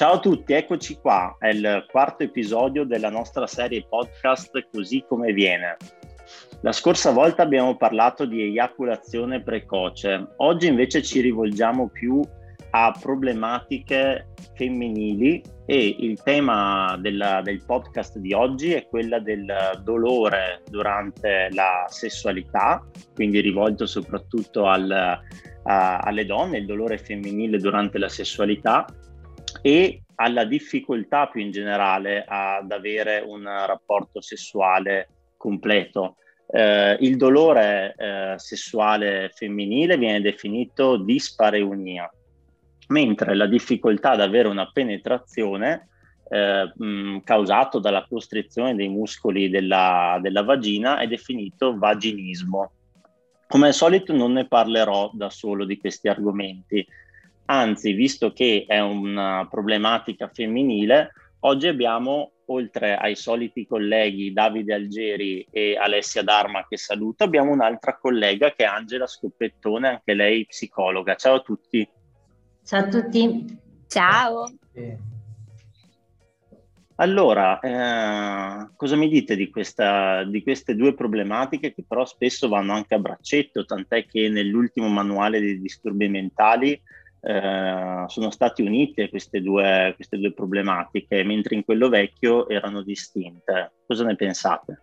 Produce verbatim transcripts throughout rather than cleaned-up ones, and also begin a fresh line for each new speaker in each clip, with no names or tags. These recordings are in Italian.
Ciao a tutti, eccoci qua, è il quarto episodio della nostra serie podcast Così come viene. La scorsa volta abbiamo parlato di eiaculazione precoce, oggi invece ci rivolgiamo più a problematiche femminili e il tema della, del podcast di oggi è quella del dolore durante la sessualità, quindi rivolto soprattutto al, a, alle donne, il dolore femminile durante la sessualità e alla difficoltà più in generale ad avere un rapporto sessuale completo. Eh, il dolore eh, sessuale femminile viene definito dispareunia, mentre la difficoltà ad avere una penetrazione eh, mh, causato dalla costrizione dei muscoli della, della vagina è definito vaginismo. Come al solito non ne parlerò da solo di questi argomenti, anzi, visto che è una problematica femminile, oggi abbiamo, oltre ai soliti colleghi Davide Algeri e Alessia Dharma che saluto, abbiamo un'altra collega che è Angela Scoppettone, anche lei psicologa. Ciao a tutti.
Ciao a tutti.
Ciao.
Allora, eh, cosa mi dite di, questa, di queste due problematiche che però spesso vanno anche a braccetto, tant'è che nell'ultimo manuale dei disturbi mentali eh, sono stati unite queste due, queste due problematiche, mentre in quello vecchio erano distinte. Cosa ne pensate?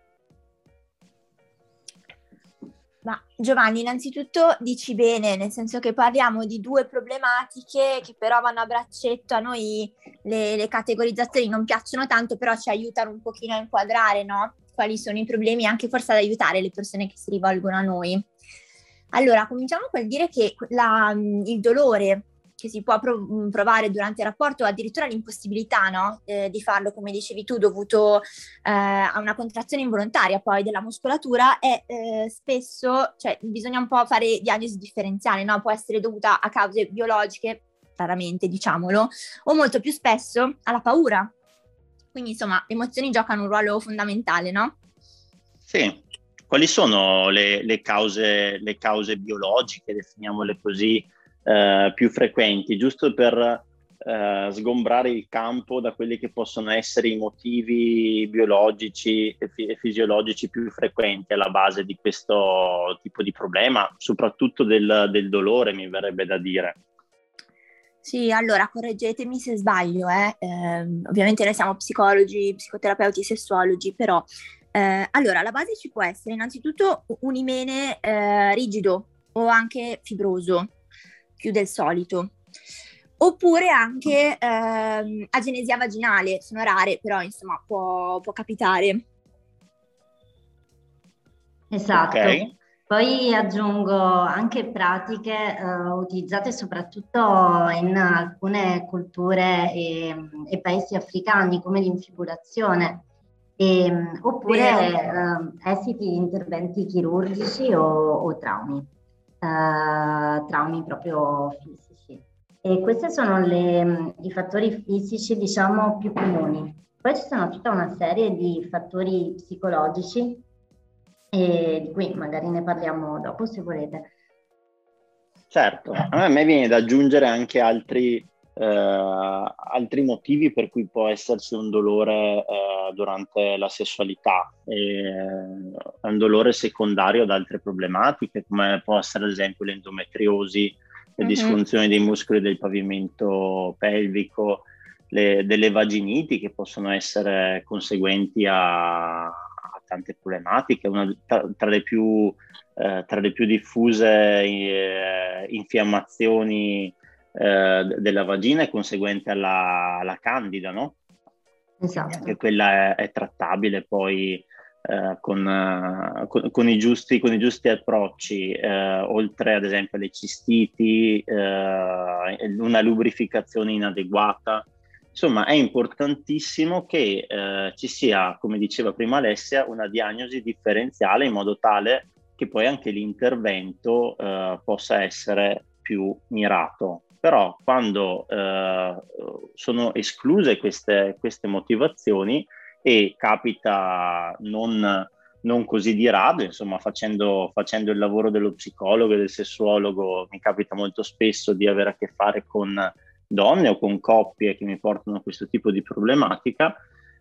Ma Giovanni, innanzitutto dici bene, nel senso che parliamo di due problematiche che però vanno a braccetto. A noi le, le categorizzazioni non piacciono tanto, però ci aiutano un pochino a inquadrare, no? Quali sono i problemi, anche forse ad aiutare le persone che si rivolgono a noi. Allora, cominciamo col dire che la, il dolore che si può prov- provare durante il rapporto, addirittura l'impossibilità, no? eh, di farlo, come dicevi tu, dovuto eh, a una contrazione involontaria poi della muscolatura, è eh, spesso, cioè bisogna un po' fare diagnosi differenziale, no? Può essere dovuta a cause biologiche, raramente diciamolo, o molto più spesso alla paura. Quindi insomma, le emozioni giocano un ruolo fondamentale, no?
Sì. Quali sono le, le cause, le cause biologiche, definiamole così, Eh, più frequenti, giusto per eh, sgombrare il campo da quelli che possono essere i motivi biologici e, fi- e fisiologici più frequenti alla base di questo tipo di problema, soprattutto del, del dolore, mi verrebbe da dire.
Sì, allora correggetemi se sbaglio, eh. Eh, ovviamente noi siamo psicologi, psicoterapeuti, sessuologi, però eh, allora la base ci può essere innanzitutto un imene eh, rigido o anche fibroso, più del solito, oppure anche ehm, agenesia vaginale, sono rare, però insomma può, può capitare.
Esatto.
Ok.
Poi aggiungo anche pratiche eh, utilizzate soprattutto in alcune culture e, e paesi africani come l'infibulazione, e, oppure eh, esiti di interventi chirurgici o, o traumi, eh, traumi proprio fisici. E questi sono le, i fattori fisici, diciamo, più comuni. Poi ci sono tutta una serie di fattori psicologici e di cui magari ne parliamo dopo se volete.
Certo, a me viene da aggiungere anche altri, eh, altri motivi per cui può esserci un dolore eh, durante la sessualità. E, è un dolore secondario ad altre problematiche, come può essere ad esempio l'endometriosi, le
Mhm.
disfunzioni dei muscoli del pavimento pelvico, le, delle vaginiti che possono essere conseguenti a, a tante problematiche. Una, tra, tra le più Eh, tra le più diffuse eh, infiammazioni eh, della vagina è conseguente alla, alla candida, no?
Esatto.
Anche quella è, è trattabile poi eh, con, uh, con, con, i giusti, con i giusti approcci, eh, oltre ad esempio alle cistiti, eh, una lubrificazione inadeguata. Insomma, è importantissimo che eh, ci sia, come diceva prima Alessia, una diagnosi differenziale in modo tale che poi anche l'intervento eh, possa essere più mirato. Però quando eh, sono escluse queste, queste motivazioni, e capita non, non così di rado, insomma, facendo, facendo il lavoro dello psicologo e del sessuologo, mi capita molto spesso di avere a che fare con donne o con coppie che mi portano a questo tipo di problematica.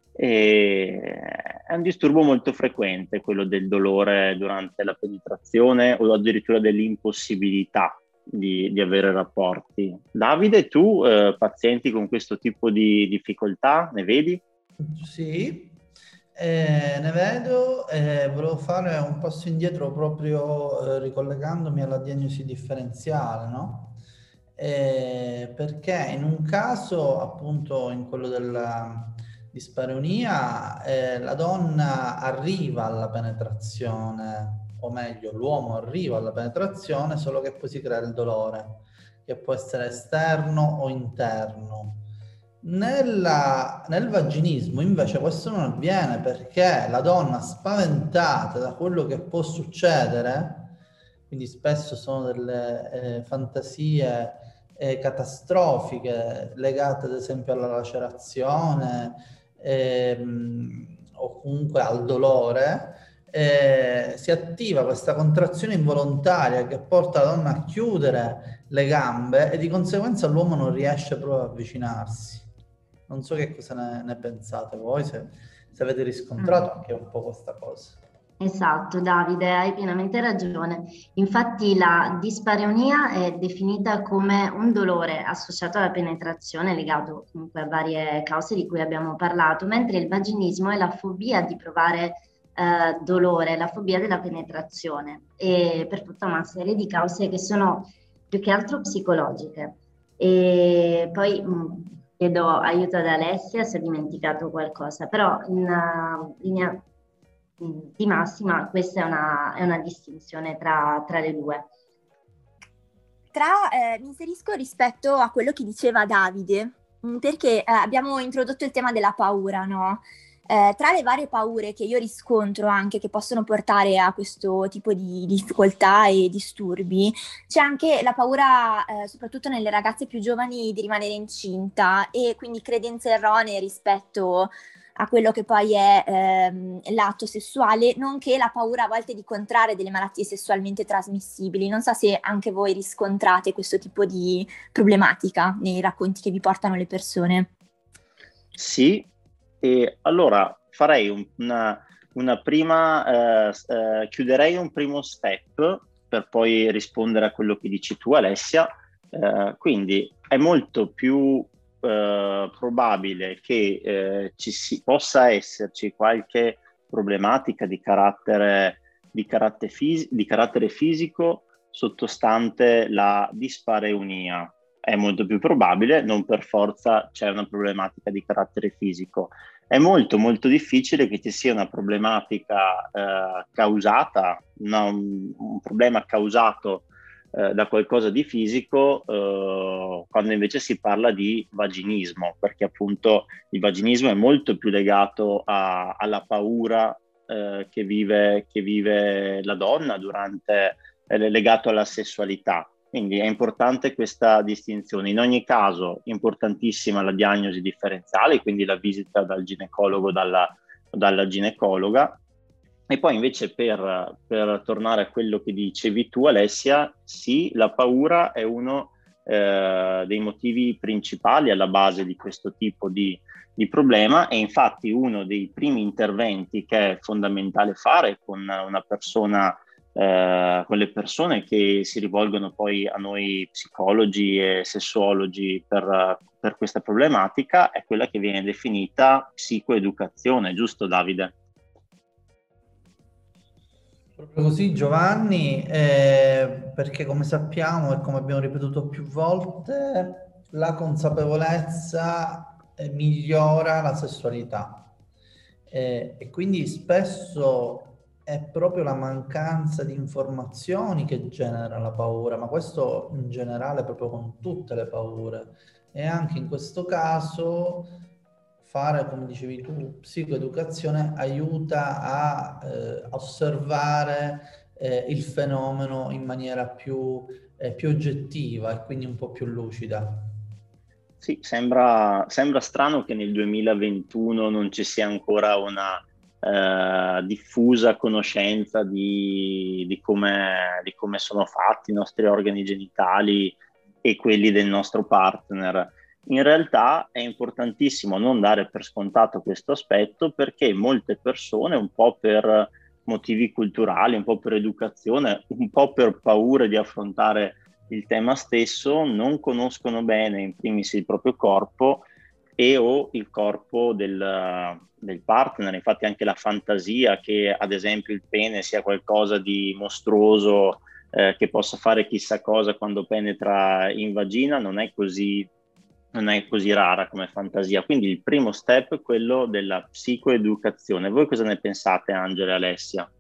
E è un disturbo molto frequente quello del dolore durante la penetrazione o addirittura dell'impossibilità di, di avere rapporti. Davide, tu eh, pazienti con questo tipo di difficoltà ne vedi?
Sì, eh, ne vedo. Eh, volevo fare un passo indietro proprio eh, ricollegandomi alla diagnosi differenziale, no? Eh, perché in un caso, appunto in quello della dispareunia, eh, la donna arriva alla penetrazione, o meglio, l'uomo arriva alla penetrazione, solo che poi si crea il dolore, che può essere esterno o interno. Nella, nel vaginismo invece questo non avviene, perché la donna, spaventata da quello che può succedere, quindi spesso sono delle eh, fantasie eh, catastrofiche legate ad esempio alla lacerazione ehm, o comunque al dolore, eh, si attiva questa contrazione involontaria che porta la donna a chiudere le gambe e di conseguenza l'uomo non riesce proprio ad avvicinarsi. Non so che cosa ne, ne pensate voi, se, se avete riscontrato anche un po' questa cosa.
Esatto, Davide, hai pienamente ragione. Infatti la dispareunia è definita come un dolore associato alla penetrazione, legato comunque a varie cause di cui abbiamo parlato, mentre il vaginismo è la fobia di provare eh, dolore, la fobia della penetrazione, e per tutta una serie di cause che sono più che altro psicologiche. E poi mh, chiedo aiuto ad Alessia se ho dimenticato qualcosa, però in uh, linea di massima questa è una, è una distinzione tra, tra le due.
Tra, eh, mi inserisco rispetto a quello che diceva Davide, perché eh, abbiamo introdotto il tema della paura, no? Eh, tra le varie paure che io riscontro anche che possono portare a questo tipo di difficoltà e disturbi, c'è anche la paura, eh, soprattutto nelle ragazze più giovani, di rimanere incinta, e quindi credenze erronee rispetto a quello che poi è ehm, l'atto sessuale, nonché la paura a volte di contrarre delle malattie sessualmente trasmissibili. Non so se anche voi riscontrate questo tipo di problematica nei racconti che vi portano le persone.
Sì, e allora farei un- una, una prima, eh, eh, chiuderei un primo step per poi rispondere a quello che dici tu, Alessia. Eh, quindi è molto più eh, probabile che eh, ci si, possa esserci qualche problematica di carattere, di carattere, fisi- di carattere fisico sottostante la dispareunia. È molto più probabile, non per forza c'è una problematica di carattere fisico. È molto molto difficile che ci sia una problematica eh, causata, una, un, un problema causato eh, da qualcosa di fisico, eh, quando invece si parla di vaginismo, perché appunto il vaginismo è molto più legato a, alla paura eh, che vive, che vive la donna durante, è legato alla sessualità. Quindi è importante questa distinzione. In ogni caso, importantissima la diagnosi differenziale, quindi la visita dal ginecologo o dalla, dalla ginecologa. E poi invece per, per tornare a quello che dicevi tu, Alessia, sì, la paura è uno eh, dei motivi principali alla base di questo tipo di, di problema, e infatti uno dei primi interventi che è fondamentale fare con una persona Eh, con le persone che si rivolgono poi a noi psicologi e sessuologi per, per questa problematica è quella che viene definita psicoeducazione, giusto Davide?
Proprio così, Giovanni, eh, perché come sappiamo e come abbiamo ripetuto più volte, la consapevolezza eh, migliora la sessualità. Eh, e quindi spesso è proprio la mancanza di informazioni che genera la paura, ma questo in generale proprio con tutte le paure. E anche in questo caso fare, come dicevi tu, psicoeducazione aiuta a eh, osservare eh, il fenomeno in maniera più, eh, più oggettiva e quindi un po' più lucida.
Sì, sembra, sembra strano che nel duemilaventuno non ci sia ancora una eh, diffusa conoscenza di, di come, di come sono fatti i nostri organi genitali e quelli del nostro partner. In realtà è importantissimo non dare per scontato questo aspetto, perché molte persone, un po' per motivi culturali, un po' per educazione, un po' per paura di affrontare il tema stesso, non conoscono bene in primis il proprio corpo e o il corpo del, del partner. Infatti anche la fantasia che ad esempio il pene sia qualcosa di mostruoso, eh, che possa fare chissà cosa quando penetra in vagina, non è così non è così rara come fantasia. Quindi il primo step è quello della psicoeducazione. Voi cosa ne pensate, Angela e Alessia?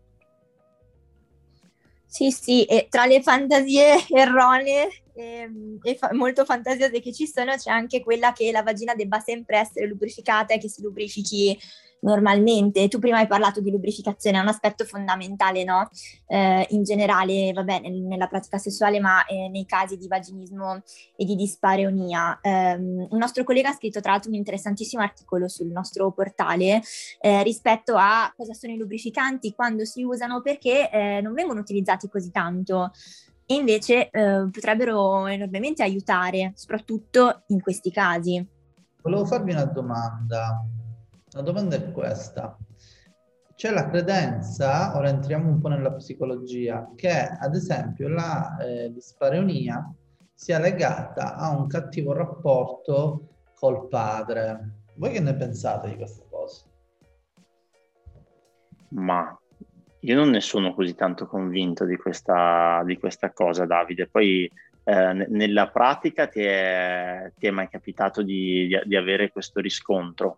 Sì, sì, e tra le fantasie erronee e, e fa- molto fantasiose che ci sono, c'è anche quella che la vagina debba sempre essere lubrificata e che si lubrifichi normalmente. Tu prima hai parlato di lubrificazione, è un aspetto fondamentale, no? Eh, in generale, vabbè, nel- nella pratica sessuale, ma eh, nei casi di vaginismo e di dispareunia. Ehm, un nostro collega ha scritto tra l'altro un interessantissimo articolo sul nostro portale eh, rispetto a cosa sono i lubrificanti, quando si usano, perché eh, non vengono utilizzati così tanto e invece eh, potrebbero enormemente aiutare, soprattutto in questi casi.
Volevo farvi una domanda. La domanda è questa. C'è la credenza, ora entriamo un po' nella psicologia, che ad esempio la eh, dispareunia sia legata a un cattivo rapporto col padre. Voi che ne pensate di questa cosa?
Ma io non ne sono così tanto convinto di questa, di questa cosa, Davide. Poi eh, n- nella pratica ti è, ti è mai capitato di, di- di avere questo riscontro?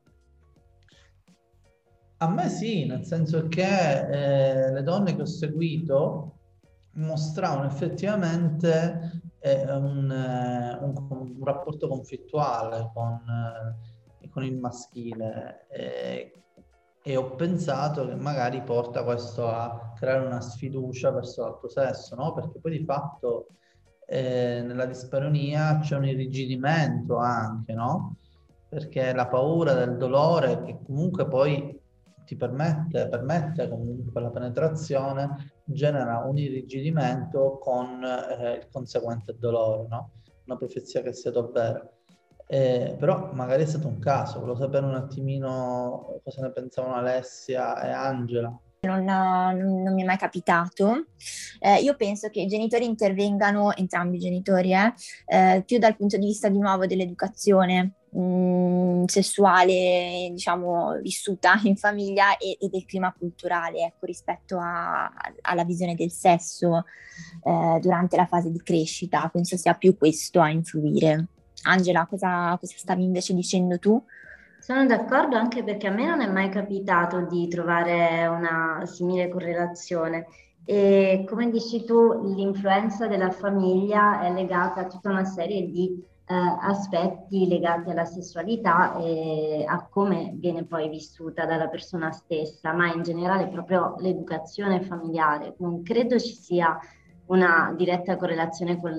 A me sì, nel senso che eh, le donne che ho seguito mostravano effettivamente eh, un, eh, un- un rapporto conflittuale con, eh, con il maschile eh, e ho pensato che magari porta questo a creare una sfiducia verso l'altro sesso, no? Perché poi di fatto eh, nella disparonia c'è un irrigidimento anche, no? Perché la paura del dolore che comunque poi ti permette, permette comunque la penetrazione, genera un irrigidimento con eh, il conseguente dolore, no? Una profezia che è stata vera. Eh, però magari è stato un caso, volevo sapere un attimino cosa ne pensavano Alessia e Angela.
Non, non- non mi è mai capitato. Eh, io penso che i genitori intervengano, entrambi i genitori, eh, eh, più dal punto di vista di nuovo dell'educazione mh, sessuale, diciamo, vissuta in famiglia e, e del clima culturale, ecco, rispetto a- alla visione del sesso eh, durante la fase di crescita. Penso sia più questo a influire. Angela, cosa, cosa stavi invece dicendo tu?
Sono d'accordo anche perché a me non è mai capitato di trovare una simile correlazione e come dici tu, l'influenza della famiglia è legata a tutta una serie di eh, aspetti legati alla sessualità e a come viene poi vissuta dalla persona stessa, ma in generale proprio l'educazione familiare. Non credo ci sia una diretta correlazione col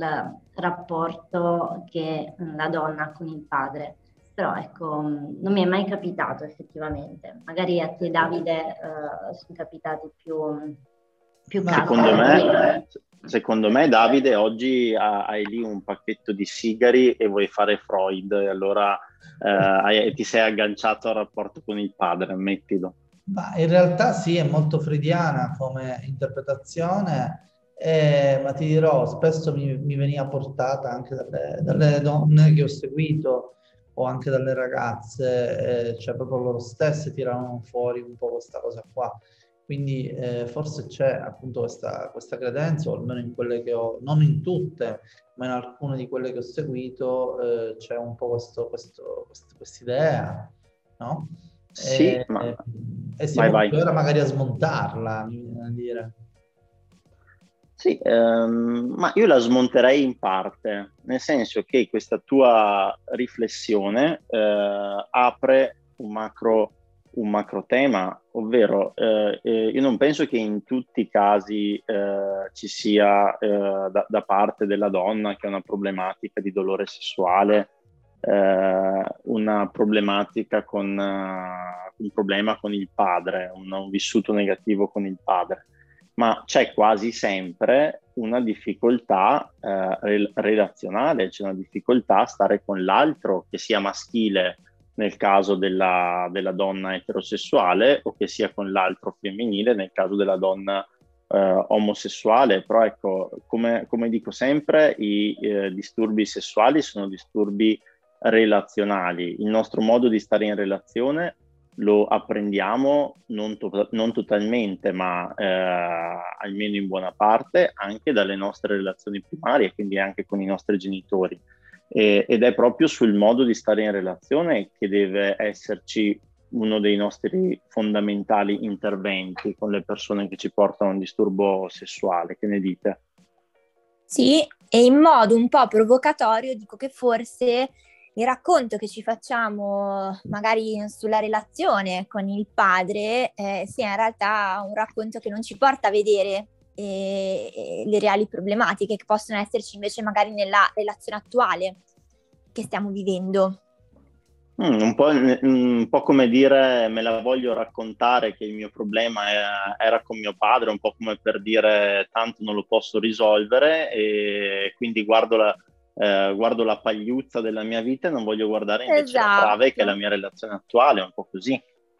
rapporto che la donna ha con il padre. Però ecco, mh, non mi è mai capitato effettivamente. Magari a te, Davide, eh, sono capitati più, più
Ma
casi.
Secondo me, secondo me, Davide, oggi ha- hai lì un pacchetto di sigari e vuoi fare Freud, e allora eh, hai- ti sei agganciato al rapporto con il padre, ammettilo.
Ma in realtà sì, è molto freudiana come interpretazione, eh, ma ti dirò, spesso mi, mi veniva portata anche dalle, dalle donne che ho seguito o anche dalle ragazze, eh, cioè proprio loro stesse tiravano fuori un po' questa cosa qua. Quindi eh, forse c'è appunto questa, questa credenza, o almeno in quelle che ho, non in tutte, ma in alcune di quelle che ho seguito, eh, c'è un po' questo, questo, questa idea, no?
Sì,
E,
ma
e
vai,
siamo qui
vai.
ora magari a smontarla, mi viene a dire.
Sì, ehm, ma io la smonterei in parte, nel senso che questa tua riflessione eh, apre un macro, un macro tema, ovvero eh, eh, io non penso che in tutti i casi eh, ci sia eh, da, da parte della donna che ha una problematica di dolore sessuale, eh, una problematica con eh, un problema con il padre, un, un vissuto negativo con il padre. ma c'è quasi sempre una difficoltà eh, rel- relazionale, c'è una difficoltà a stare con l'altro, che sia maschile nel caso della, della donna eterosessuale o che sia con l'altro femminile nel caso della donna eh, omosessuale. Però ecco, come, come dico sempre, i eh, disturbi sessuali sono disturbi relazionali. Il nostro modo di stare in relazione lo apprendiamo non, to- non totalmente, ma eh, almeno in buona parte, anche dalle nostre relazioni primarie, quindi anche con i nostri genitori. E, ed è proprio sul modo di stare in relazione che deve esserci uno dei nostri fondamentali interventi con le persone che ci portano a un disturbo sessuale. Che ne dite?
Sì, e in modo un po' provocatorio dico che forse il racconto che ci facciamo magari sulla relazione con il padre eh, sia in realtà un racconto che non ci porta a vedere eh, eh, le reali problematiche che possono esserci invece magari nella relazione attuale che stiamo vivendo.
Mm, un po', un po' come dire, me la voglio raccontare che il mio problema era, era con mio padre, un po' come per dire tanto non lo posso risolvere e quindi guardo la, eh, guardo la pagliuzza della mia vita e non voglio guardare invece la trave che è la
Esatto.
mia relazione attuale, un po' così.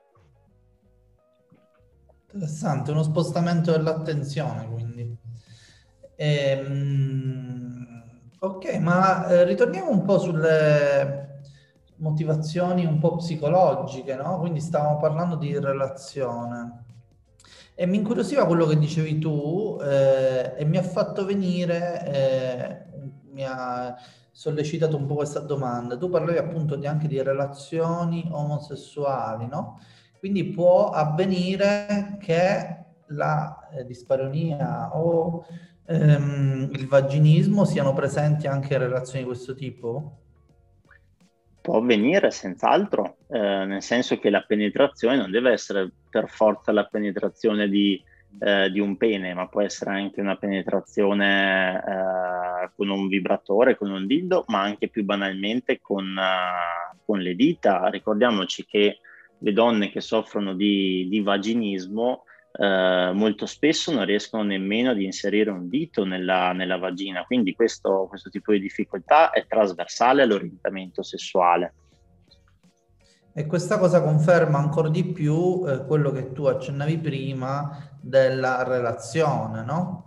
Interessante, uno spostamento dell'attenzione, quindi. Ehm, ok, ma eh, ritorniamo un po' sulle motivazioni un po' psicologiche, no? Quindi stavamo parlando di relazione. E mi incuriosiva quello che dicevi tu eh, e mi ha fatto venire, eh, mi ha sollecitato un po' questa domanda. Tu parlavi appunto di, anche di relazioni omosessuali, no? Quindi può avvenire che la eh, disparonia o ehm, il vaginismo siano presenti anche in relazioni di questo tipo?
Può avvenire senz'altro, eh, nel senso che la penetrazione non deve essere per forza la penetrazione di, eh, di un pene, ma può essere anche una penetrazione eh, con un vibratore, con un dildo, ma anche più banalmente con, uh, con le dita. Ricordiamoci che le donne che soffrono di, di vaginismo eh, molto spesso non riescono nemmeno ad inserire un dito nella, nella vagina, quindi questo, questo tipo di difficoltà è trasversale all'orientamento sessuale.
E questa cosa conferma ancora di più eh, quello che tu accennavi prima della relazione, no?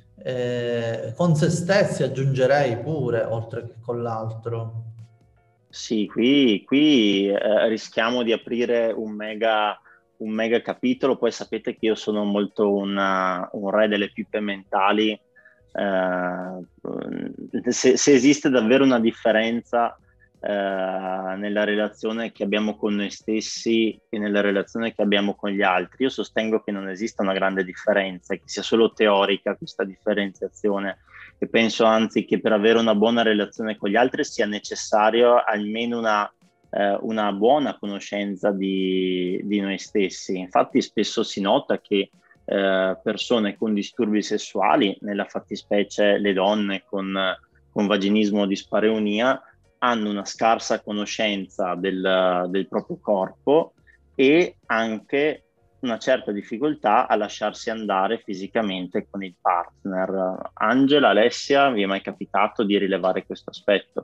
Eh, con se stessi aggiungerei pure, oltre che con l'altro.
Sì, qui, qui eh, rischiamo di aprire un mega, un mega capitolo. Poi sapete che io sono molto una- un re delle pippe mentali. Eh, se, se esiste davvero una differenza eh, nella relazione che abbiamo con noi stessi e nella relazione che abbiamo con gli altri, io sostengo che non esista una grande differenza, che sia solo teorica questa differenziazione, e penso anzi che per avere una buona relazione con gli altri sia necessario almeno una, eh, una buona conoscenza di, di noi stessi. Infatti spesso si nota che eh, persone con disturbi sessuali, nella fattispecie le donne con, con vaginismo o dispareunia, hanno una scarsa conoscenza del, del proprio corpo e anche una certa difficoltà a lasciarsi andare fisicamente con il partner. Angela, Alessia, vi è mai capitato di rilevare questo aspetto?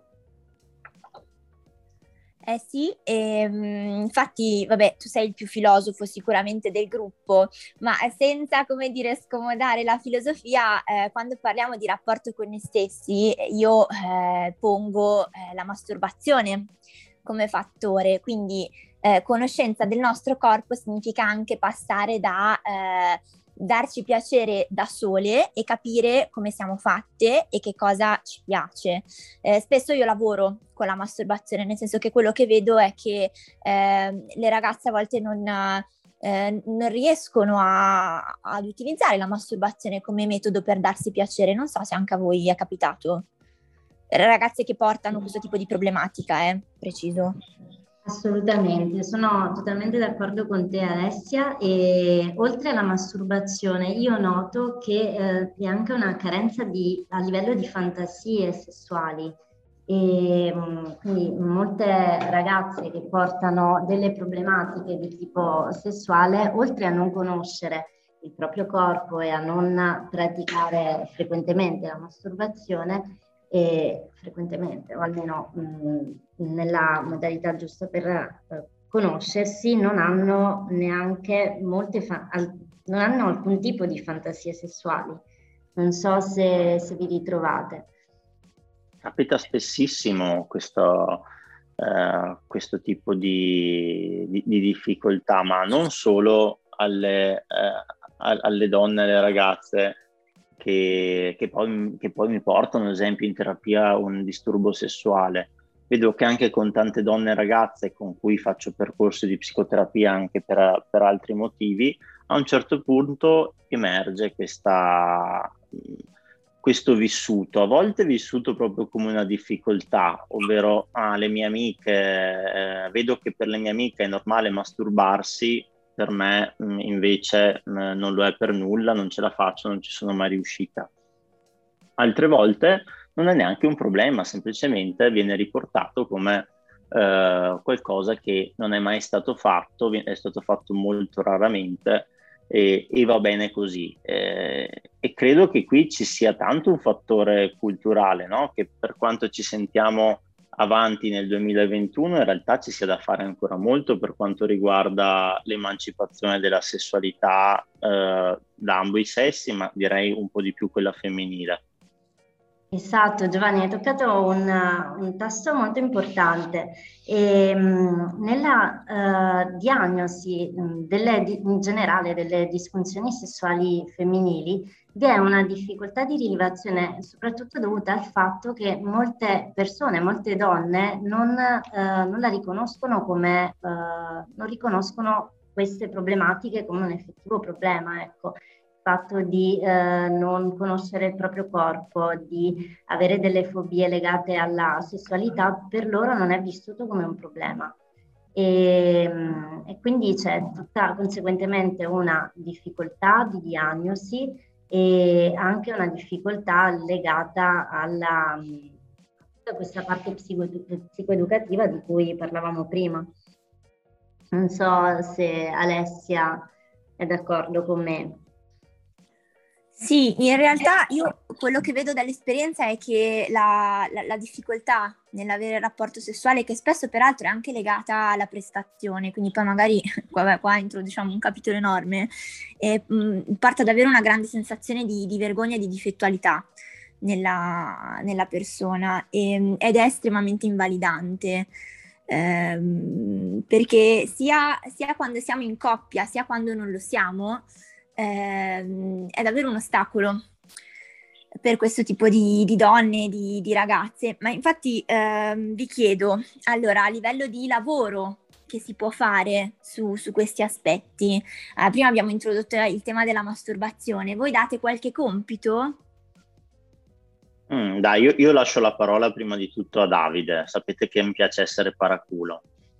Eh sì, ehm, infatti, vabbè, tu sei il più filosofo sicuramente del gruppo, ma senza, come dire, scomodare la filosofia, eh, quando parliamo di rapporto con noi stessi, io eh, pongo eh, la masturbazione come fattore, quindi eh, conoscenza del nostro corpo significa anche passare da eh, darci piacere da sole e capire come siamo fatte e che cosa ci piace. Eh, spesso io lavoro con la masturbazione, nel senso che quello che vedo è che eh, le ragazze a volte non, eh, non riescono a, ad utilizzare la masturbazione come metodo per darsi piacere. Non so se anche a voi è capitato. Ragazze che portano questo tipo di problematica, eh, preciso.
Assolutamente, sono totalmente d'accordo con te Alessia e oltre alla masturbazione io noto che eh, è anche una carenza di, a livello di fantasie sessuali e mh, quindi molte ragazze che portano delle problematiche di tipo sessuale, oltre a non conoscere il proprio corpo e a non praticare frequentemente la masturbazione, e frequentemente, o almeno mh, nella modalità giusta per eh, conoscersi, non hanno neanche molte fa- al- non hanno alcun tipo di fantasie sessuali. Non so se, se vi ritrovate.
Capita spessissimo questo, eh, questo tipo di, di- di difficoltà, ma non solo alle, eh, a- alle donne, alle ragazze che, che poi, che poi mi portano, ad esempio, in terapia un disturbo sessuale. Vedo che anche con tante donne e ragazze con cui faccio percorsi di psicoterapia anche per, per altri motivi, a un certo punto emerge questa, questo vissuto, a volte vissuto proprio come una difficoltà, ovvero ah, le mie amiche, eh, vedo che per le mie amiche è normale masturbarsi, per me mh, invece mh, non lo è per nulla, non ce la faccio, non ci sono mai riuscita. Altre volte non è neanche un problema, semplicemente viene riportato come eh, qualcosa che non è mai stato fatto, è stato fatto molto raramente e, e va bene così. Eh, e credo che qui ci sia tanto un fattore culturale, no? Che per quanto ci sentiamo avanti nel duemilaventuno, in realtà ci sia da fare ancora molto per quanto riguarda l'emancipazione della sessualità eh, da ambo i sessi, ma direi un po' di più quella femminile.
Esatto, Giovanni, hai toccato un, un tasto molto importante. E, mh, nella eh, diagnosi mh, delle, di- in generale delle disfunzioni sessuali femminili vi è una difficoltà di rilevazione, soprattutto dovuta al fatto che molte persone, molte donne non, eh, non la riconoscono come, eh, non riconoscono queste problematiche come un effettivo problema, ecco. Fatto di eh, non conoscere il proprio corpo, di avere delle fobie legate alla sessualità, per loro non è vissuto come un problema. E, e quindi c'è tutta conseguentemente una difficoltà di diagnosi e anche una difficoltà legata alla, a questa parte psicoedu- psicoeducativa di cui parlavamo prima. Non so se Alessia è d'accordo con me.
Sì, in realtà io quello che vedo dall'esperienza è che la, la- la difficoltà nell'avere il rapporto sessuale, che spesso peraltro è anche legata alla prestazione, quindi poi magari qua, qua introduciamo un capitolo enorme, e, mh, parte ad avere una grande sensazione di, di vergogna e di difettualità nella, nella persona e- ed è estremamente invalidante. Ehm, perché sia, sia quando siamo in coppia, sia quando non lo siamo, ehm, è davvero un ostacolo per questo tipo di, di donne, di, di ragazze. Ma infatti ehm, vi chiedo, allora, a livello di lavoro che si può fare su, su questi aspetti? Eh, prima abbiamo introdotto il tema della masturbazione, voi date qualche compito?
Mm, dai, io, io lascio la parola prima di tutto a Davide. Sapete che mi piace essere paraculo.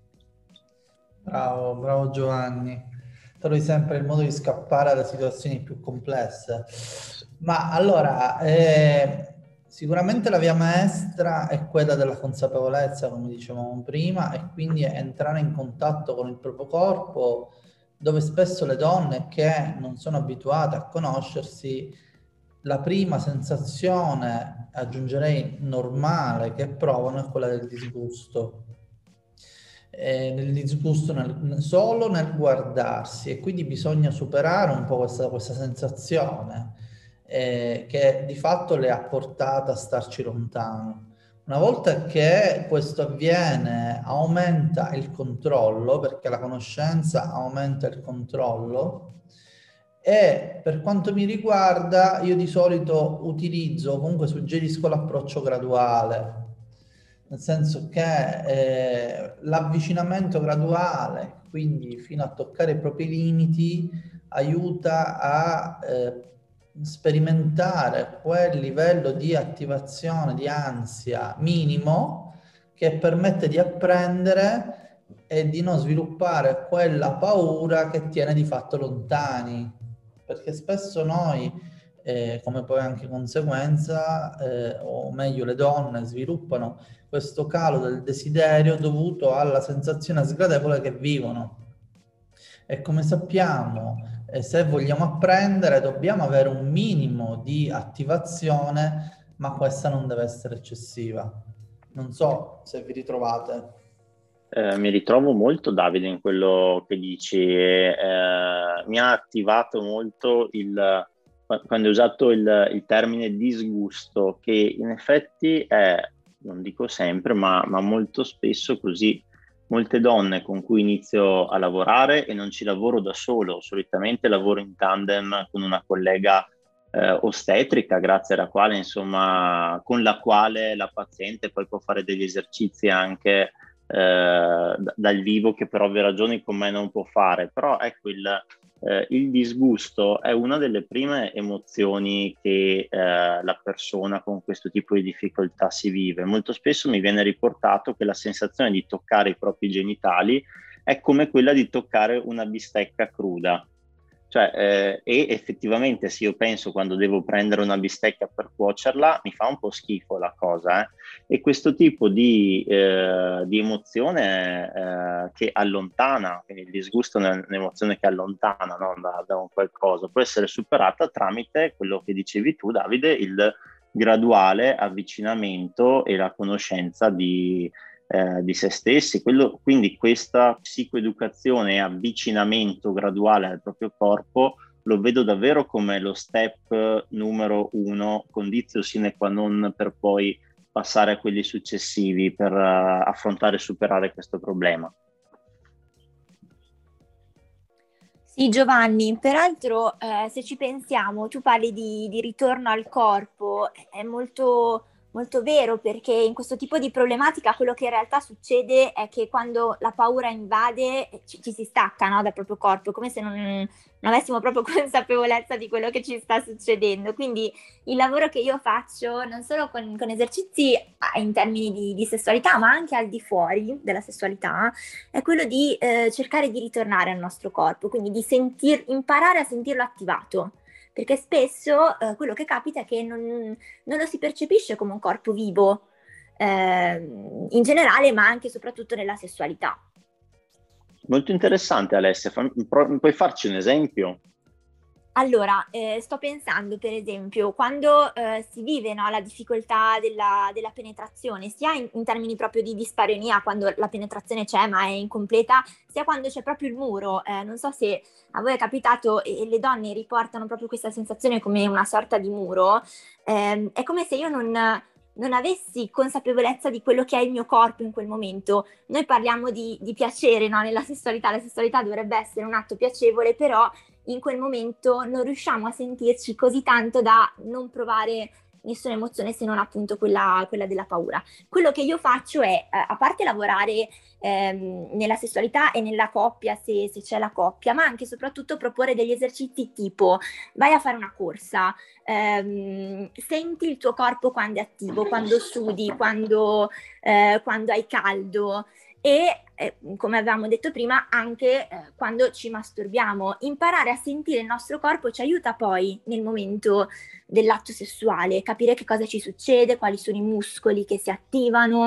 Bravo, bravo Giovanni. Trovi sempre il modo di scappare dalle situazioni più complesse. Ma allora, eh, sicuramente la via maestra è quella della consapevolezza, come dicevamo prima, e quindi entrare in contatto con il proprio corpo, dove spesso le donne che non sono abituate a conoscersi, la prima sensazione, aggiungerei normale, che provano è quella del disgusto. Eh, nel disgusto nel, solo nel guardarsi, e quindi bisogna superare un po' questa, questa sensazione eh, che di fatto le ha portato a starci lontano. Una volta che questo avviene, aumenta il controllo, perché la conoscenza aumenta il controllo. E per quanto mi riguarda, io di solito utilizzo, comunque suggerisco l'approccio graduale, nel senso che eh, l'avvicinamento graduale, quindi fino a toccare i propri limiti, aiuta a eh, sperimentare quel livello di attivazione, di ansia minimo che permette di apprendere e di non sviluppare quella paura che tiene di fatto lontani, perché spesso noi, eh, come poi anche conseguenza, eh, o meglio le donne, sviluppano questo calo del desiderio dovuto alla sensazione sgradevole che vivono. E come sappiamo, eh, se vogliamo apprendere dobbiamo avere un minimo di attivazione, ma questa non deve essere eccessiva. Non so se vi ritrovate.
Eh, mi ritrovo molto, Davide, in quello che dici. E, eh, mi ha attivato molto il, quando hai usato il, il termine disgusto, che in effetti è, non dico sempre, ma, ma molto spesso così. Molte donne con cui inizio a lavorare, e non ci lavoro da solo, solitamente lavoro in tandem con una collega eh, ostetrica, grazie alla quale, insomma, con la quale la paziente poi può fare degli esercizi anche eh, dal vivo, che per ovvie ragioni con me non può fare. Però ecco, il, eh, il disgusto è una delle prime emozioni che eh, la persona con questo tipo di difficoltà si vive. Molto spesso mi viene riportato che la sensazione di toccare i propri genitali è come quella di toccare una bistecca cruda. Cioè, eh, e effettivamente, se io penso, quando devo prendere una bistecca per cuocerla, mi fa un po' schifo la cosa, eh? E questo tipo di, eh, di emozione eh, che allontana, quindi il disgusto è un'emozione che allontana, no? da, da un qualcosa, può essere superata tramite quello che dicevi tu, Davide, il graduale avvicinamento e la conoscenza di Eh, di se stessi. Quello, quindi questa psicoeducazione e avvicinamento graduale al proprio corpo lo vedo davvero come lo step numero uno, condizio sine qua non, per poi passare a quelli successivi per uh, affrontare e superare questo problema.
Sì, Giovanni, peraltro eh, se ci pensiamo, tu parli di, di ritorno al corpo, è molto, molto vero, perché in questo tipo di problematica quello che in realtà succede è che quando la paura invade ci, ci si stacca, no, dal proprio corpo, come se non, non avessimo proprio consapevolezza di quello che ci sta succedendo. Quindi il lavoro che io faccio, non solo con, con esercizi in termini di, di sessualità, ma anche al di fuori della sessualità, è quello di eh, cercare di ritornare al nostro corpo, quindi di sentir, imparare a sentirlo attivato, perché spesso eh, quello che capita è che non, non lo si percepisce come un corpo vivo eh, in generale, ma anche e soprattutto nella sessualità.
Molto interessante, Alessia. Puoi farci un esempio?
Allora, eh, sto pensando per esempio quando eh, si vive, no, la difficoltà della, della penetrazione, sia in, in termini proprio di dispareunia, quando la penetrazione c'è ma è incompleta, sia quando c'è proprio il muro. Eh, non so se a voi è capitato, e, e le donne riportano proprio questa sensazione come una sorta di muro. Eh, è come se io non... non avessi consapevolezza di quello che è il mio corpo in quel momento. Noi parliamo di, di piacere, no? Nella sessualità, la sessualità dovrebbe essere un atto piacevole, però in quel momento non riusciamo a sentirci così tanto da non provare nessuna emozione se non appunto quella, quella della paura. Quello che io faccio è, eh, a parte lavorare ehm, nella sessualità e nella coppia, se, se c'è la coppia, ma anche e soprattutto proporre degli esercizi tipo vai a fare una corsa, ehm, senti il tuo corpo quando è attivo, quando sudi, quando, eh, quando hai caldo, e eh, come avevamo detto prima anche eh, quando ci masturbiamo. Imparare a sentire il nostro corpo ci aiuta poi nel momento dell'atto sessuale, capire che cosa ci succede, quali sono i muscoli che si attivano.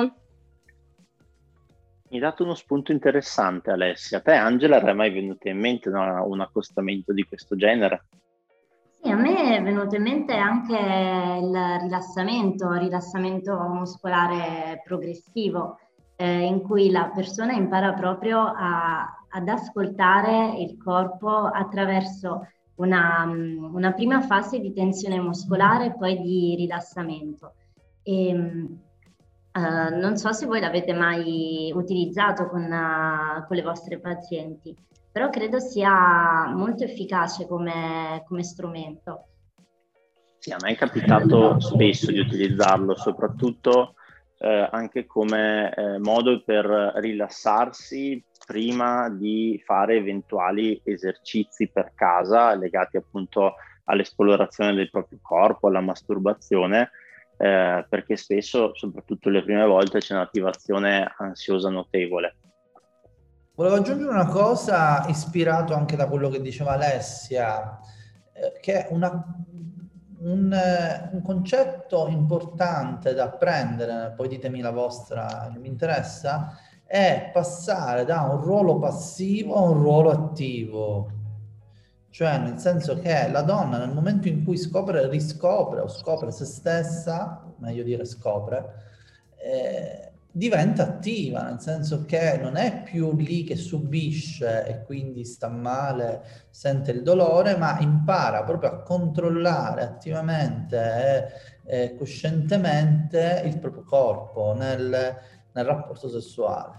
Mi hai dato uno spunto interessante, Alessia. A te, Angela, era mai venuto in mente no, un accostamento di questo genere?
Sì, a me è venuto in mente anche il rilassamento, il rilassamento muscolare progressivo, eh, in cui la persona impara proprio a- ad ascoltare il corpo attraverso una, mm, una prima fase di tensione muscolare e poi di rilassamento. E, mm, eh, non so se voi l'avete mai utilizzato con, eh, con le vostre pazienti, però credo sia molto efficace come, come strumento.
Sì, a me è capitato spesso di utilizzarlo, soprattutto eh, anche come eh, modo per rilassarsi prima di fare eventuali esercizi per casa legati appunto all'esplorazione del proprio corpo, alla masturbazione, eh, perché spesso, soprattutto le prime volte, c'è un'attivazione ansiosa notevole.
Volevo aggiungere una cosa, ispirato anche da quello che diceva Alessia, eh, che una, un, eh, un concetto importante da apprendere, poi ditemi la vostra, che mi interessa, è passare da un ruolo passivo a un ruolo attivo. Cioè, nel senso che la donna nel momento in cui scopre, riscopre o scopre se stessa, meglio dire scopre, eh, diventa attiva, nel senso che non è più lì che subisce e quindi sta male, sente il dolore, ma impara proprio a controllare attivamente e, e coscientemente il proprio corpo nel, nel rapporto sessuale.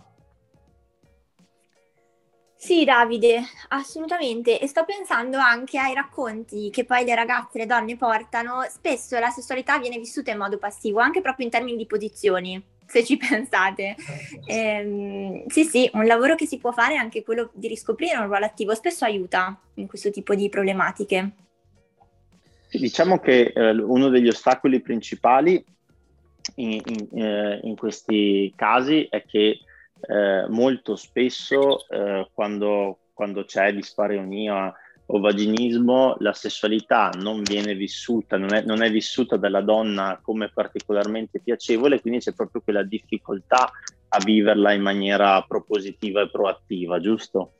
Sì, Davide, assolutamente. E sto pensando anche ai racconti che poi le ragazze, le donne portano. Spesso la sessualità viene vissuta in modo passivo, anche proprio in termini di posizioni, se ci pensate. Ehm, sì, sì, un lavoro che si può fare è anche quello di riscoprire un ruolo attivo, spesso aiuta in questo tipo di problematiche.
Diciamo che eh, uno degli ostacoli principali in, in, eh, in questi casi è che eh, molto spesso eh, quando, quando c'è dispareunia o vaginismo, la sessualità non viene vissuta, non è, non è vissuta dalla donna come particolarmente piacevole, quindi c'è proprio quella difficoltà a viverla in maniera propositiva e proattiva, giusto?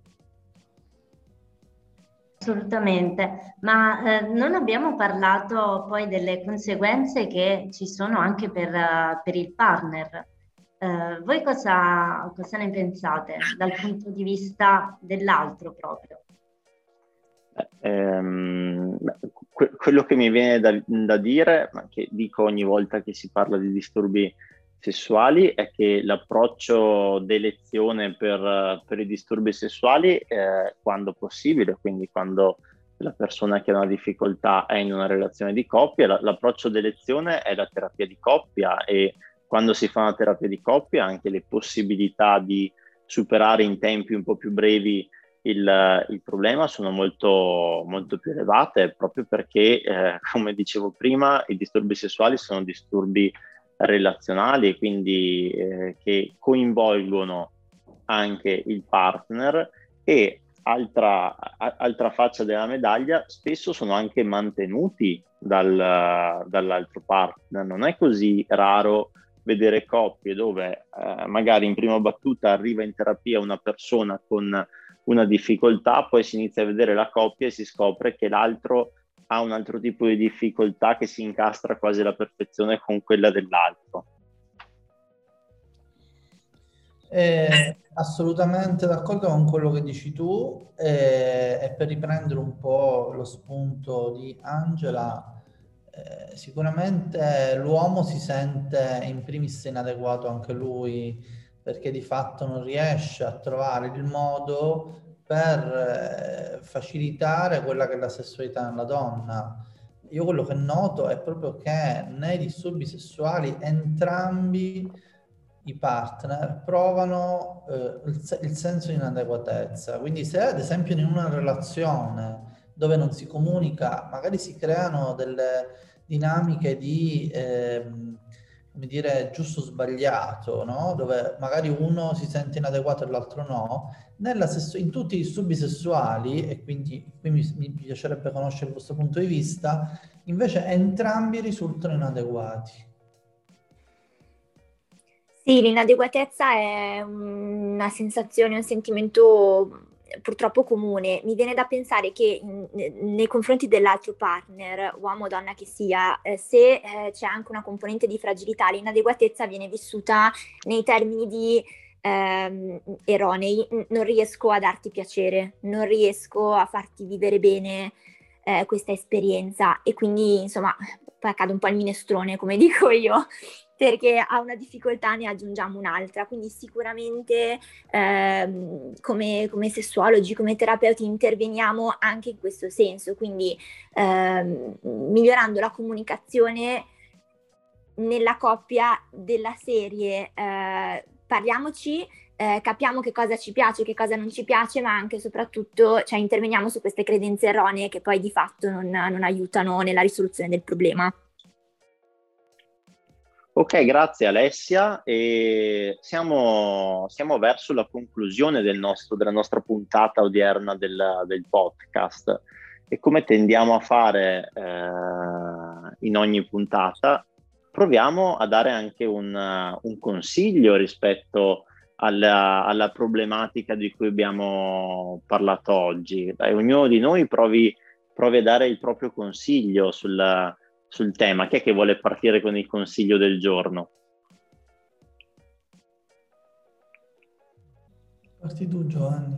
Assolutamente, ma eh, non abbiamo parlato poi delle conseguenze che ci sono anche per, uh, per il partner. Eh, voi cosa, cosa ne pensate dal punto di vista dell'altro proprio?
Ehm, que- quello che mi viene da, da dire, ma che dico ogni volta che si parla di disturbi sessuali, è che l'approccio d'elezione per, per i disturbi sessuali, eh, quando possibile, quindi quando la persona che ha una difficoltà è in una relazione di coppia, la- l'approccio d'elezione è la terapia di coppia, e quando si fa una terapia di coppia anche le possibilità di superare in tempi un po' più brevi il, il problema sono molto, molto più elevate, proprio perché, eh, come dicevo prima, i disturbi sessuali sono disturbi relazionali e quindi eh, che coinvolgono anche il partner, e altra, a, altra faccia della medaglia, spesso sono anche mantenuti dal, dall'altro partner. Non è così raro vedere coppie dove eh, magari in prima battuta arriva in terapia una persona con una difficoltà, poi si inizia a vedere la coppia e si scopre che l'altro ha un altro tipo di difficoltà che si incastra quasi alla perfezione con quella dell'altro.
Eh, assolutamente d'accordo con quello che dici tu, eh, e per riprendere un po' lo spunto di Angela, eh, sicuramente l'uomo si sente in primis inadeguato anche lui, perché di fatto non riesce a trovare il modo per eh, facilitare quella che è la sessualità nella donna. Io quello che noto è proprio che nei disturbi sessuali entrambi i partner provano eh, il, se- il senso di inadeguatezza. Quindi se ad esempio in una relazione dove non si comunica, magari si creano delle dinamiche di, ehm, come dire, giusto o sbagliato, no? Dove magari uno si sente inadeguato e l'altro no. Nella sesso- in tutti i disturbi sessuali, e quindi qui mi, mi piacerebbe conoscere questo punto di vista, invece entrambi risultano inadeguati.
Sì, l'inadeguatezza è una sensazione, un sentimento purtroppo comune. Mi viene da pensare che in- nei confronti dell'altro partner, uomo o donna che sia, eh, se eh, c'è anche una componente di fragilità, l'inadeguatezza viene vissuta nei termini di ehm, erronei. N- Non riesco a darti piacere, non riesco a farti vivere bene eh, questa esperienza, e quindi insomma poi accade un po' il minestrone, come dico io, perché a una difficoltà ne aggiungiamo un'altra. Quindi sicuramente ehm, come, come sessuologi, come terapeuti interveniamo anche in questo senso, quindi ehm, migliorando la comunicazione nella coppia della serie, eh, parliamoci, eh, capiamo che cosa ci piace, che cosa non ci piace, ma anche e soprattutto, cioè, interveniamo su queste credenze erronee che poi di fatto non, non aiutano nella risoluzione del problema.
Ok, grazie Alessia, e siamo, siamo verso la conclusione del nostro, della nostra puntata odierna del, del podcast, e come tendiamo a fare eh, in ogni puntata, proviamo a dare anche un, un consiglio rispetto alla, alla problematica di cui abbiamo parlato oggi. Dai, ognuno di noi provi, provi a dare il proprio consiglio sul, sul tema. Chi è che vuole partire con il consiglio del giorno?
Parti tu, Giovanni.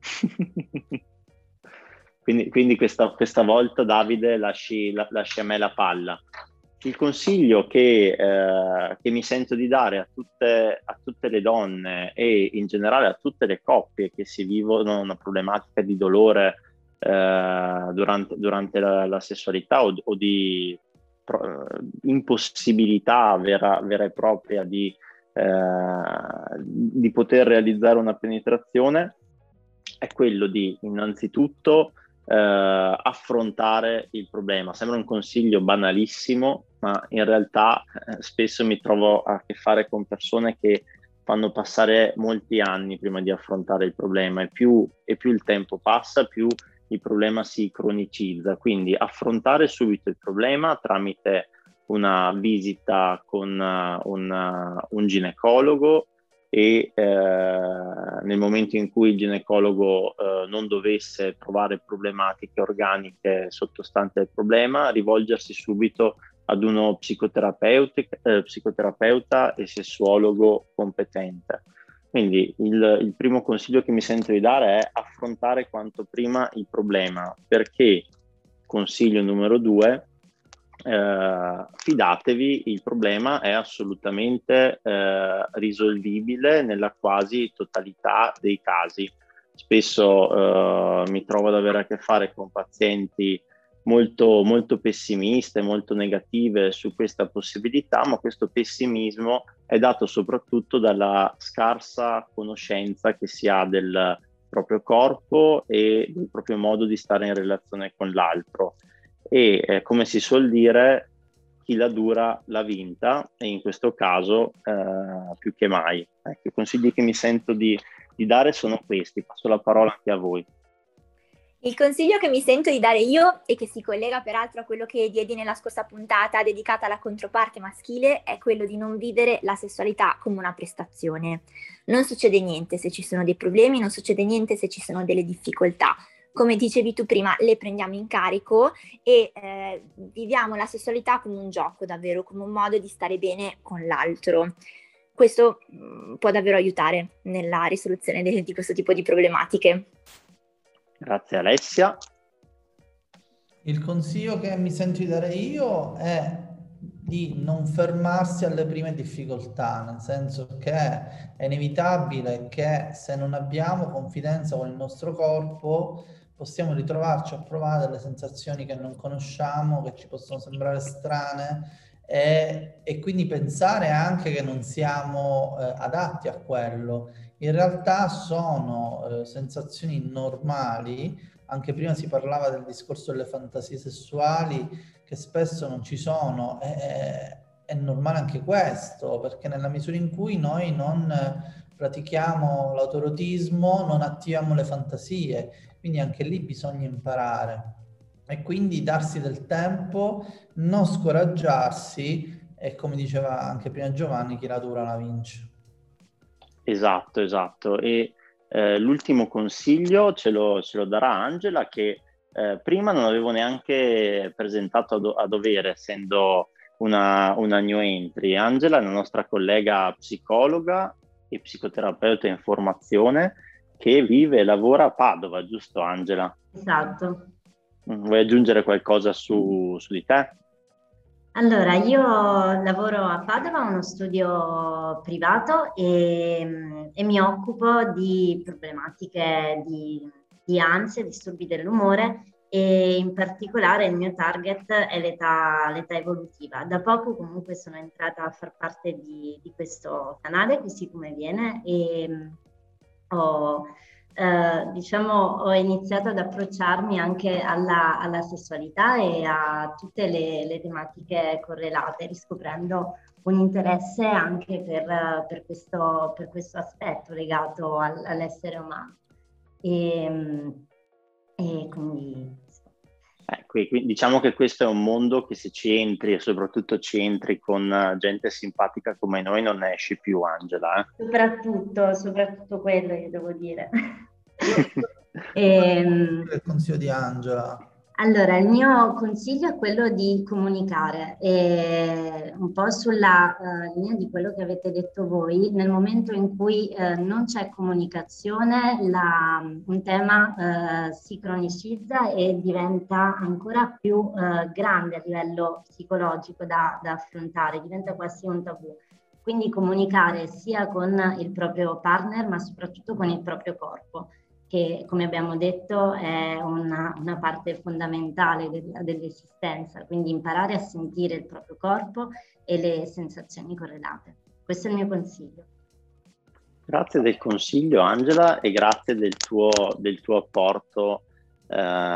quindi quindi questa, questa volta, Davide, lasci, la, lasci a me la palla. Il consiglio che, eh, che mi sento di dare a tutte, a tutte le donne e in generale a tutte le coppie che si vivono una problematica di dolore eh, durante, durante la, la sessualità o, o di pro, impossibilità vera, vera e propria di, eh, di poter realizzare una penetrazione, è quello di innanzitutto eh, affrontare il problema. Sembra un consiglio banalissimo, ma in realtà eh, spesso mi trovo a che fare con persone che fanno passare molti anni prima di affrontare il problema, e più, e più il tempo passa, più il problema si cronicizza. Quindi affrontare subito il problema tramite una visita con uh, un, uh, un ginecologo, e eh, nel momento in cui il ginecologo eh, non dovesse trovare problematiche organiche sottostanti al problema, rivolgersi subito ad uno psicoterapeuta, eh, psicoterapeuta e sessuologo competente. Quindi il, il primo consiglio che mi sento di dare è affrontare quanto prima il problema, perché, consiglio numero due, Eh, fidatevi, il problema è assolutamente eh, risolvibile nella quasi totalità dei casi. Spesso eh, mi trovo ad avere a che fare con pazienti molto, molto pessimiste, molto negative su questa possibilità, ma questo pessimismo è dato soprattutto dalla scarsa conoscenza che si ha del proprio corpo e del proprio modo di stare in relazione con l'altro. E eh, come si suol dire, chi la dura l'ha vinta, e in questo caso eh, più che mai. Ecco, i consigli che mi sento di, di dare sono questi. Passo la parola anche a voi.
Il consiglio che mi sento di dare io, e che si collega peraltro a quello che diedi nella scorsa puntata dedicata alla controparte maschile, è quello di non vivere la sessualità come una prestazione. Non succede niente se ci sono dei problemi, non succede niente se ci sono delle difficoltà. Come dicevi tu prima, le prendiamo in carico e eh, viviamo la sessualità come un gioco, davvero, come un modo di stare bene con l'altro. Questo mh, può davvero aiutare nella risoluzione de- di questo tipo di problematiche.
Grazie Alessia.
Il consiglio che mi sento di dare io è di non fermarsi alle prime difficoltà, nel senso che è inevitabile che se non abbiamo confidenza con il nostro corpo possiamo ritrovarci a provare delle sensazioni che non conosciamo, che ci possono sembrare strane, e, e quindi pensare anche che non siamo eh, adatti a quello. In realtà sono eh, sensazioni normali. Anche prima si parlava del discorso delle fantasie sessuali che spesso non ci sono. È, è normale anche questo, perché nella misura in cui noi non pratichiamo l'autoerotismo, non attiviamo le fantasie, quindi anche lì bisogna imparare. E quindi darsi del tempo, non scoraggiarsi, e come diceva anche prima Giovanni, chi la dura la vince.
Esatto, esatto. E eh, l'ultimo consiglio ce lo, ce lo darà Angela, che eh, prima non avevo neanche presentato a, do- a dovere, essendo una, una new entry. Angela è la nostra collega psicologa e psicoterapeuta in formazione che vive e lavora a Padova, giusto Angela?
Esatto.
Vuoi aggiungere qualcosa su, su di te?
Allora, io lavoro a Padova, ho uno studio privato e, e mi occupo di problematiche di, di ansia, disturbi dell'umore, e in particolare il mio target è l'età, l'età evolutiva. Da poco comunque sono entrata a far parte di, di questo canale, Così come viene, e ho, eh, diciamo, ho iniziato ad approcciarmi anche alla, alla sessualità e a tutte le, le tematiche correlate, riscoprendo un interesse anche per, per questo, per questo aspetto legato al, all'essere umano. E, e quindi...
Ecco, qui, qui- diciamo che questo è un mondo che se ci entri e soprattutto ci entri con eh, gente simpatica come noi non ne esci più, Angela. eh.
Soprattutto, soprattutto quello io devo dire.
Il
Ehm,
consiglio di Angela.
Allora, il mio consiglio è quello di comunicare, e un po' sulla eh, linea di quello che avete detto voi. Nel momento in cui eh, non c'è comunicazione, la- un tema eh, si cronicizza e diventa ancora più eh, grande a livello psicologico da, da affrontare, diventa quasi un tabù. Quindi comunicare sia con il proprio partner, ma soprattutto con il proprio corpo, che come abbiamo detto è una, una parte fondamentale del, dell'esistenza, quindi imparare a sentire il proprio corpo e le sensazioni correlate. Questo è il mio consiglio.
Grazie del consiglio, Angela, e grazie del tuo, del tuo apporto eh,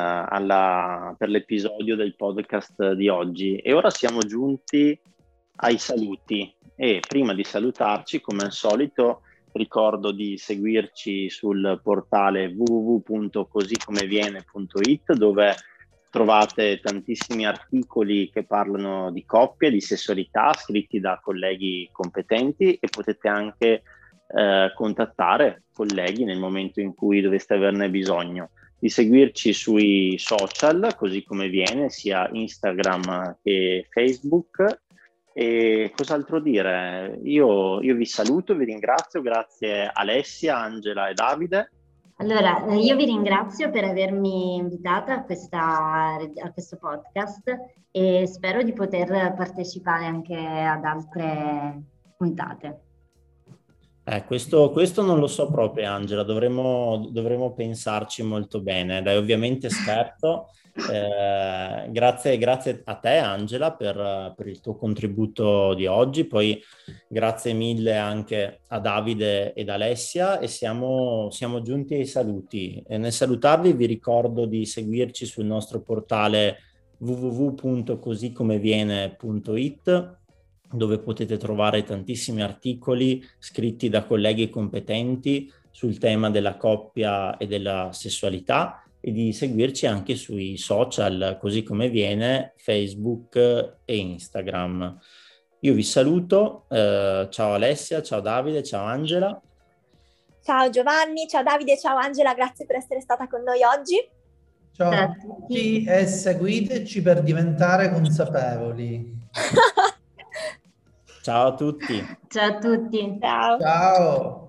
alla- per l'episodio del podcast di oggi. E ora siamo giunti ai saluti e prima di salutarci, come al solito, ricordo di seguirci sul portale w w w punto cosicomeviene punto it, dove trovate tantissimi articoli che parlano di coppia, di sessualità, scritti da colleghi competenti, e potete anche eh, contattare colleghi nel momento in cui doveste averne bisogno. Di seguirci sui social, così come viene, sia Instagram che Facebook. E cos'altro dire? Io, io vi saluto, vi ringrazio, grazie Alessia, Angela e Davide.
Allora, eh, io vi ringrazio per avermi invitata a, questa, a questo podcast e spero di poter partecipare anche ad altre puntate.
Eh, questo, questo non lo so proprio, Angela, dovremmo, dovremmo pensarci molto bene. Dai, ovviamente scherzo. Eh, grazie, grazie a te, Angela, per, per il tuo contributo di oggi. Poi grazie mille anche a Davide ed Alessia, e siamo, siamo giunti ai saluti. E nel salutarvi vi ricordo di seguirci sul nostro portale w w w punto cosicomeviene punto it, dove potete trovare tantissimi articoli scritti da colleghi competenti sul tema della coppia e della sessualità, e di seguirci anche sui social, così come viene, Facebook e Instagram. Io vi saluto, eh, ciao Alessia, ciao Davide, ciao Angela.
Ciao Giovanni, ciao Davide, ciao Angela, grazie per essere stata con noi oggi.
Ciao
Ciao
a
a tutti.
tutti e seguiteci per diventare consapevoli.
Ciao a tutti.
Ciao a tutti.
Ciao.
Ciao!